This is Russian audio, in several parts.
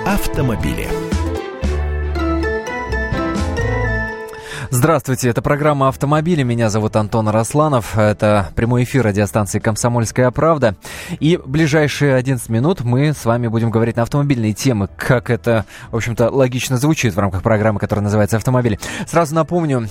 автомобили. Здравствуйте, это программа «Автомобили». Меня зовут Антон Арасланов. Это прямой эфир радиостанции «Комсомольская правда». И ближайшие 11 минут мы с вами будем говорить на автомобильные темы, как это, в общем-то, логично звучит в рамках программы, которая называется «Автомобили». Сразу напомню,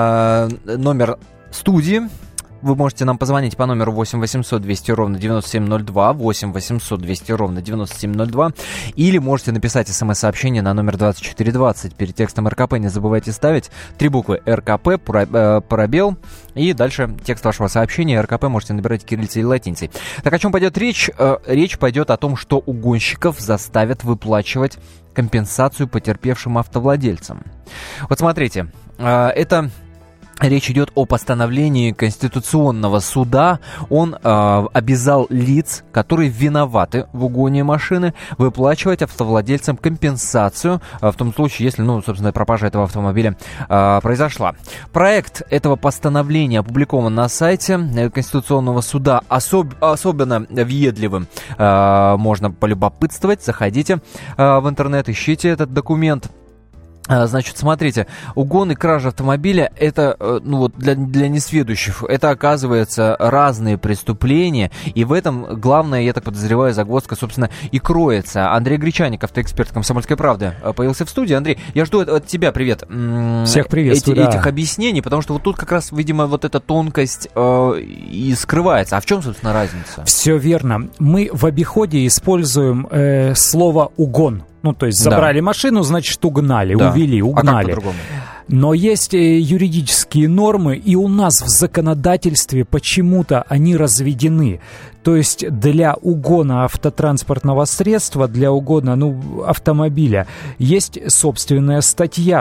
номер студии. Вы можете нам позвонить по номеру 8 800 200 ровно 9702, 8 800 200 ровно 9702, или можете написать смс-сообщение на номер 2420. Перед текстом РКП не забывайте ставить 3 буквы РКП, пробел, и дальше текст вашего сообщения. РКП можете набирать кириллицей или латиницей. Так о чем пойдет речь? Речь пойдет о том, что угонщиков заставят выплачивать компенсацию потерпевшим автовладельцам. Вот смотрите, это... Речь идет о постановлении Конституционного суда. Он обязал лиц, которые виноваты в угоне машины, выплачивать автовладельцам компенсацию в том случае, если, собственно, пропажа этого автомобиля произошла. Проект этого постановления опубликован на сайте Конституционного суда. Особенно въедливым можно полюбопытствовать. Заходите в интернет, ищите этот документ. Значит, смотрите, угон и кража автомобиля, это, для несведущих, это, оказывается, разные преступления, и в этом главное, я так подозреваю, загвоздка, собственно, и кроется. Андрей Гречаник, автоэксперт «Комсомольской правды», появился в студии. Андрей, я жду от тебя, привет. Всех приветствую, этих объяснений, потому что вот тут как раз, видимо, вот эта тонкость и скрывается. А в чем, собственно, разница? Все верно. Мы в обиходе используем слово «угон». То есть забрали машину, значит, угнали, увели, угнали. А как по-другому? Но есть юридические нормы, и у нас в законодательстве почему-то они разведены. То есть для угона автотранспортного средства, для угона автомобиля есть собственная статья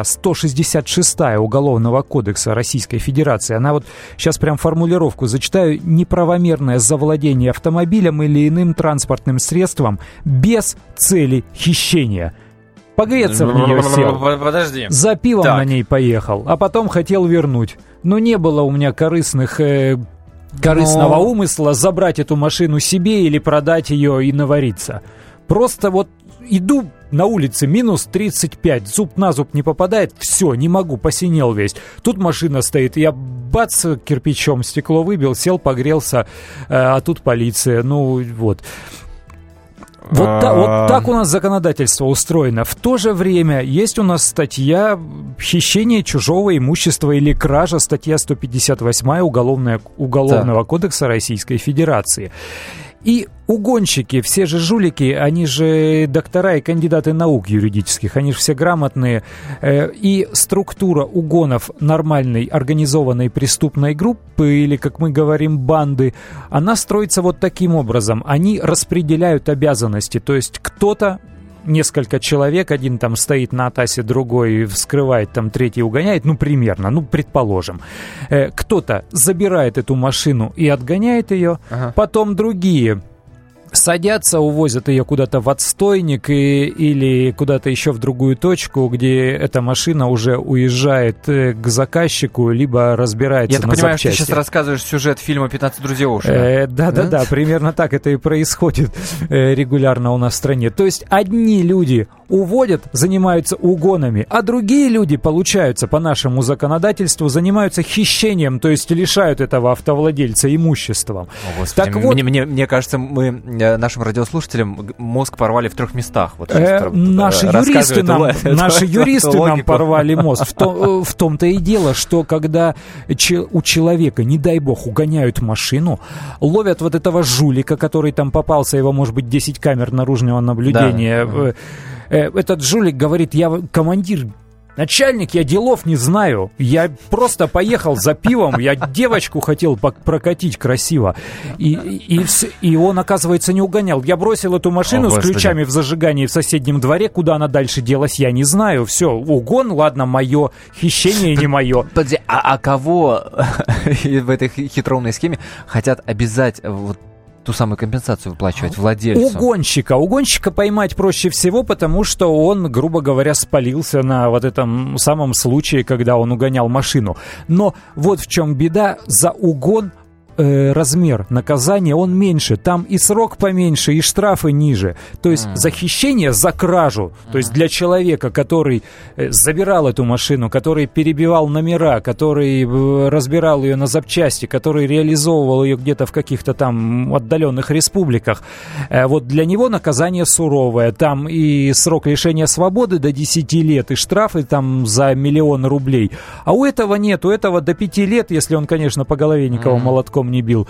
166 Уголовного кодекса Российской Федерации. Она вот сейчас прям формулировку зачитаю: неправомерное завладение автомобилем или иным транспортным средством без цели хищения. Погреться в нее сел. Подожди. За пивом на ней поехал, а потом хотел вернуть. Но не было у меня корыстного умысла забрать эту машину себе или продать ее и навариться. Просто вот иду на улице, минус 35, зуб на зуб не попадает, все, не могу, посинел весь. Тут машина стоит, я бац, кирпичом стекло выбил, сел, погрелся, а тут полиция, Вот так у нас законодательство устроено. В то же время есть у нас статья «Хищение чужого имущества или кража», статья 158 Уголовного кодекса Российской Федерации. И угонщики, все же жулики, они же доктора и кандидаты наук юридических, они же все грамотные. И структура угонов нормальной организованной преступной группы, или, как мы говорим, банды, она строится вот таким образом. Они распределяют обязанности, то есть кто-то, несколько человек, один там стоит на ТАСе, другой вскрывает, там третий угоняет, примерно, предположим. Кто-то забирает эту машину и отгоняет ее, потом другие садятся, увозят ее куда-то в отстойник или куда-то еще в другую точку, где эта машина уже уезжает к заказчику, либо разбирается на запчасти. Я понимаю, что ты сейчас рассказываешь сюжет фильма «15 друзей Оушена». Да, примерно так это и происходит регулярно у нас в стране. То есть одни люди уводят, занимаются угонами, а другие люди, получаются по нашему законодательству, занимаются хищением, то есть лишают этого автовладельца имуществом. О, Господи, так вот, мне кажется, мы нашим радиослушателям мозг порвали в 3 местах. Наши юристы нам порвали мозг. В том-то и дело, что когда у человека, не дай бог, угоняют машину, ловят вот этого жулика, который там попался, его, может быть, 10 камер наружного наблюдения. Да. Этот жулик говорит: я командир, начальник, я делов не знаю, я просто поехал за пивом, я девочку хотел прокатить красиво, и он, оказывается, не угонял. Я бросил эту машину с ключами в зажигании в соседнем дворе, куда она дальше делась, я не знаю. Все, угон, ладно, мое, хищение не мое. Подожди, а кого в этой хитроумной схеме хотят обязать ту самую компенсацию выплачивать владельцу? Угонщика поймать проще всего, потому что он, грубо говоря, спалился на вот этом самом случае, когда он угонял машину. Но вот в чем беда: за угон размер наказания, он меньше. Там и срок поменьше, и штрафы ниже. То есть за хищение, за кражу, то есть для человека, который забирал эту машину, который перебивал номера, который разбирал ее на запчасти, который реализовывал ее где-то в каких-то там отдаленных республиках, вот для него наказание суровое. Там и срок лишения свободы до 10 лет, и штрафы там за 1 миллион рублей. А у этого нет, у этого до 5 лет, если он, конечно, по голове никого молотком не бил,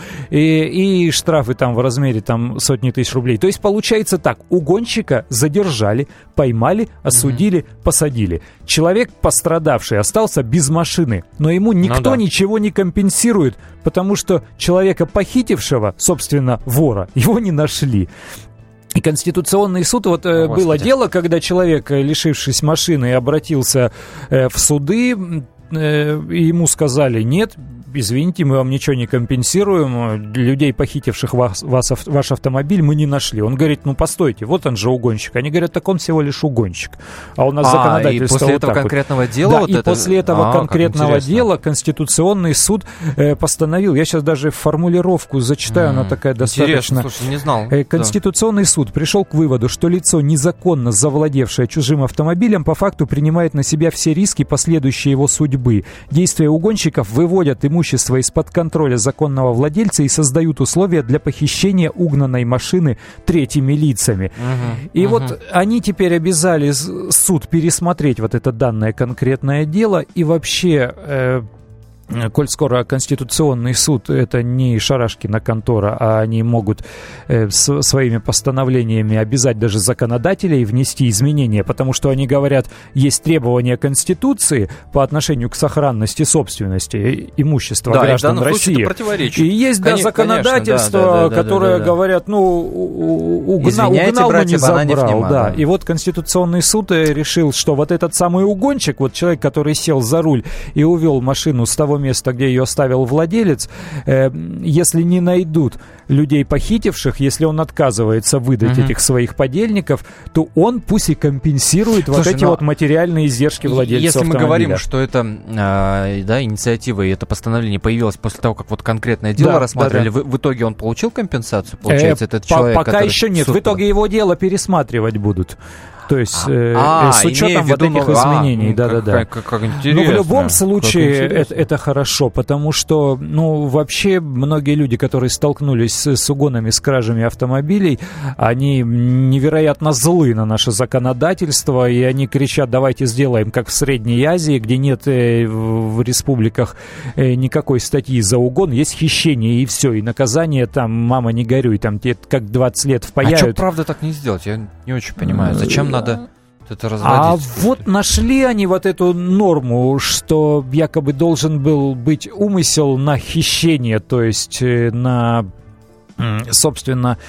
и штрафы там в размере там сотни тысяч рублей. То есть получается так, угонщика задержали, поймали, осудили, посадили. Человек пострадавший остался без машины, но ему никто ничего не компенсирует, потому что человека похитившего, собственно, вора, его не нашли. И Конституционный суд, вот было дело, когда человек, лишившись машины, обратился в суды, и ему сказали: нет, извините, мы вам ничего не компенсируем, людей, похитивших ваш автомобиль, мы не нашли. Он говорит: ну постойте, вот он же угонщик. Они говорят: так он всего лишь угонщик. А у нас законодательство и после вот этого так конкретного вот. дела? Да, вот и это... после этого конкретного дела Конституционный суд постановил, я сейчас даже формулировку зачитаю, она такая достаточно... Слушай, не знал. Конституционный суд пришел к выводу, что лицо, незаконно завладевшее чужим автомобилем, по факту принимает на себя все риски последующей его судьбы. Действия угонщиков выводят имущество из-под контроля законного владельца и создают условия для похищения угнанной машины третьими лицами. И вот они теперь обязали суд пересмотреть вот это данное конкретное дело и вообще... Коль скоро Конституционный суд — это не Шарашкина контора, а они могут своими постановлениями обязать даже законодателей внести изменения, потому что они говорят, есть требования Конституции по отношению к сохранности собственности имущества граждан России. И есть законодательство, которое говорят, ну, угнал, но не забрал. Да. И вот Конституционный суд решил, что вот этот самый угонщик, вот человек, который сел за руль и увел машину с того места, где ее оставил владелец, если не найдут людей похитивших, если он отказывается выдать этих своих подельников, то он пусть и компенсирует вот эти вот материальные издержки владельца если автомобиля. Мы говорим, что это инициатива и это постановление появилось после того, как вот конкретное дело рассматривали, в итоге он получил компенсацию, получается, этот человек? Пока еще нет, в итоге его дело пересматривать будут. То есть с учетом вот этих изменений. Как интересно. Но в любом случае это хорошо, потому что, ну, вообще многие люди, которые столкнулись с угонами, с кражами автомобилей, они невероятно злы на наше законодательство, и они кричат: давайте сделаем, как в Средней Азии, где нет в республиках никакой статьи за угон, есть хищение, и все, и наказание там, мама, не горюй, там тебе как 20 лет впаяют. А что, правда, так не сделать? Я не очень понимаю. Зачем надо это разводить? А вот нашли они вот эту норму, что якобы должен был быть умысел на хищение, то есть на, собственно,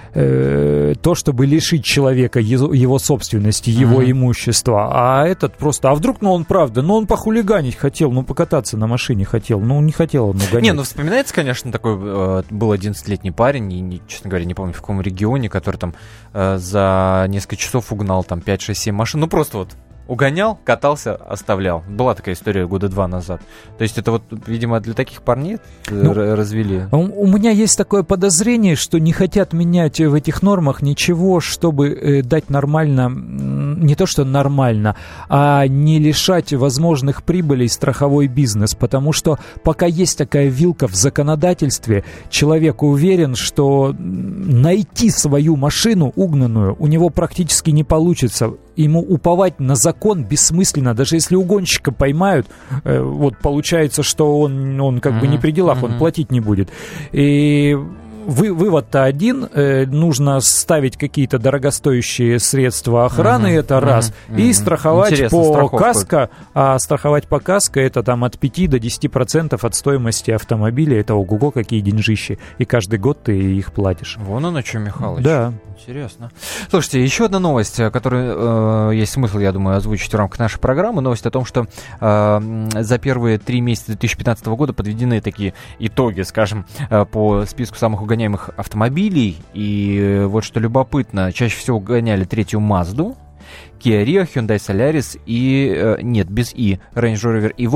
то, чтобы лишить человека его собственности, его имущества. А этот просто... А вдруг, он правда, он похулиганить хотел, покататься на машине хотел. Не хотел он угонять. Не, вспоминается, конечно, такой... был 11-летний парень, и, честно говоря, не помню, в каком регионе, который там за несколько часов угнал там 5, 6, 7 машин. Просто вот угонял, катался, оставлял. Была такая история года 2 назад. То есть это вот, видимо, для таких парней развели. У меня есть такое подозрение, что не хотят менять в этих нормах ничего, чтобы дать нормально, не то что нормально, а не лишать возможных прибылей страховой бизнес. Потому что пока есть такая вилка в законодательстве, человек уверен, что найти свою машину угнанную у него практически не получится. Ему уповать на закон бессмысленно. Даже если угонщика поймают, вот получается, что он как бы не при делах, он платить не будет. И вывод-то один: нужно ставить какие-то дорогостоящие средства охраны, это раз, и страховать по каско, а страховать по каско это там от 5 до 10% от стоимости автомобиля, это ого-го какие деньжищи, и каждый год ты их платишь. Вон оно что, Михалыч. Да. Интересно. Слушайте, еще одна новость, которую есть смысл, я думаю, озвучить в рамках нашей программы. Новость о том, что за первые 3 месяца 2015 года подведены такие итоги, скажем, по списку самых угоняемых автомобилей. И вот что любопытно, чаще всего угоняли третью Мазду, Kia Rio, Hyundai Solaris и... нет, без И. Range Rover Evoque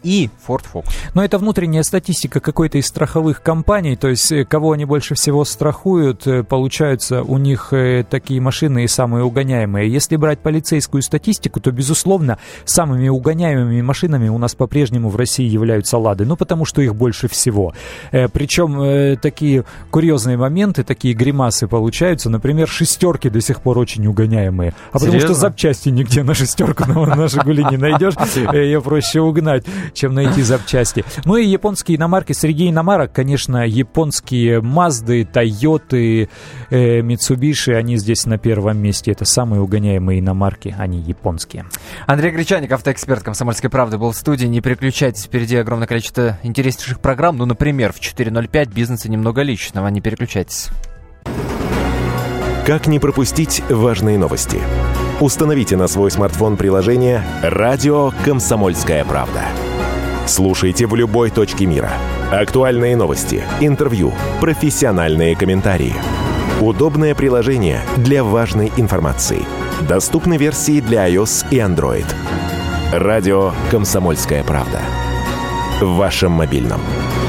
и Ford Focus. Но это внутренняя статистика какой-то из страховых компаний, то есть кого они больше всего страхуют, получаются у них такие машины и самые угоняемые. Если брать полицейскую статистику, то, безусловно, самыми угоняемыми машинами у нас по-прежнему в России являются «Лады», ну, потому что их больше всего. Причем такие курьезные моменты, такие гримасы получаются, например, «шестерки» до сих пор очень угоняемые. А потому что запчасти нигде на «шестерку» на «Жигули» не найдешь, ее проще угнать, чем найти запчасти. Ну и японские иномарки. Среди иномарок, конечно, японские Мазды, Тойоты, Митсубиши, они здесь на первом месте. Это самые угоняемые иномарки, они японские. Андрей Гречаник, автоэксперт «Комсомольской правды», был в студии. Не переключайтесь, впереди огромное количество интереснейших программ. Ну, например, в 4.05 «Бизнес и немного личного». Не переключайтесь. Как не пропустить важные новости? Установите на свой смартфон приложение «Радио Комсомольская правда». Слушайте в любой точке мира. Актуальные новости, интервью, профессиональные комментарии. Удобное приложение для важной информации. Доступны версии для iOS и Android. «Радио Комсомольская правда». В вашем мобильном.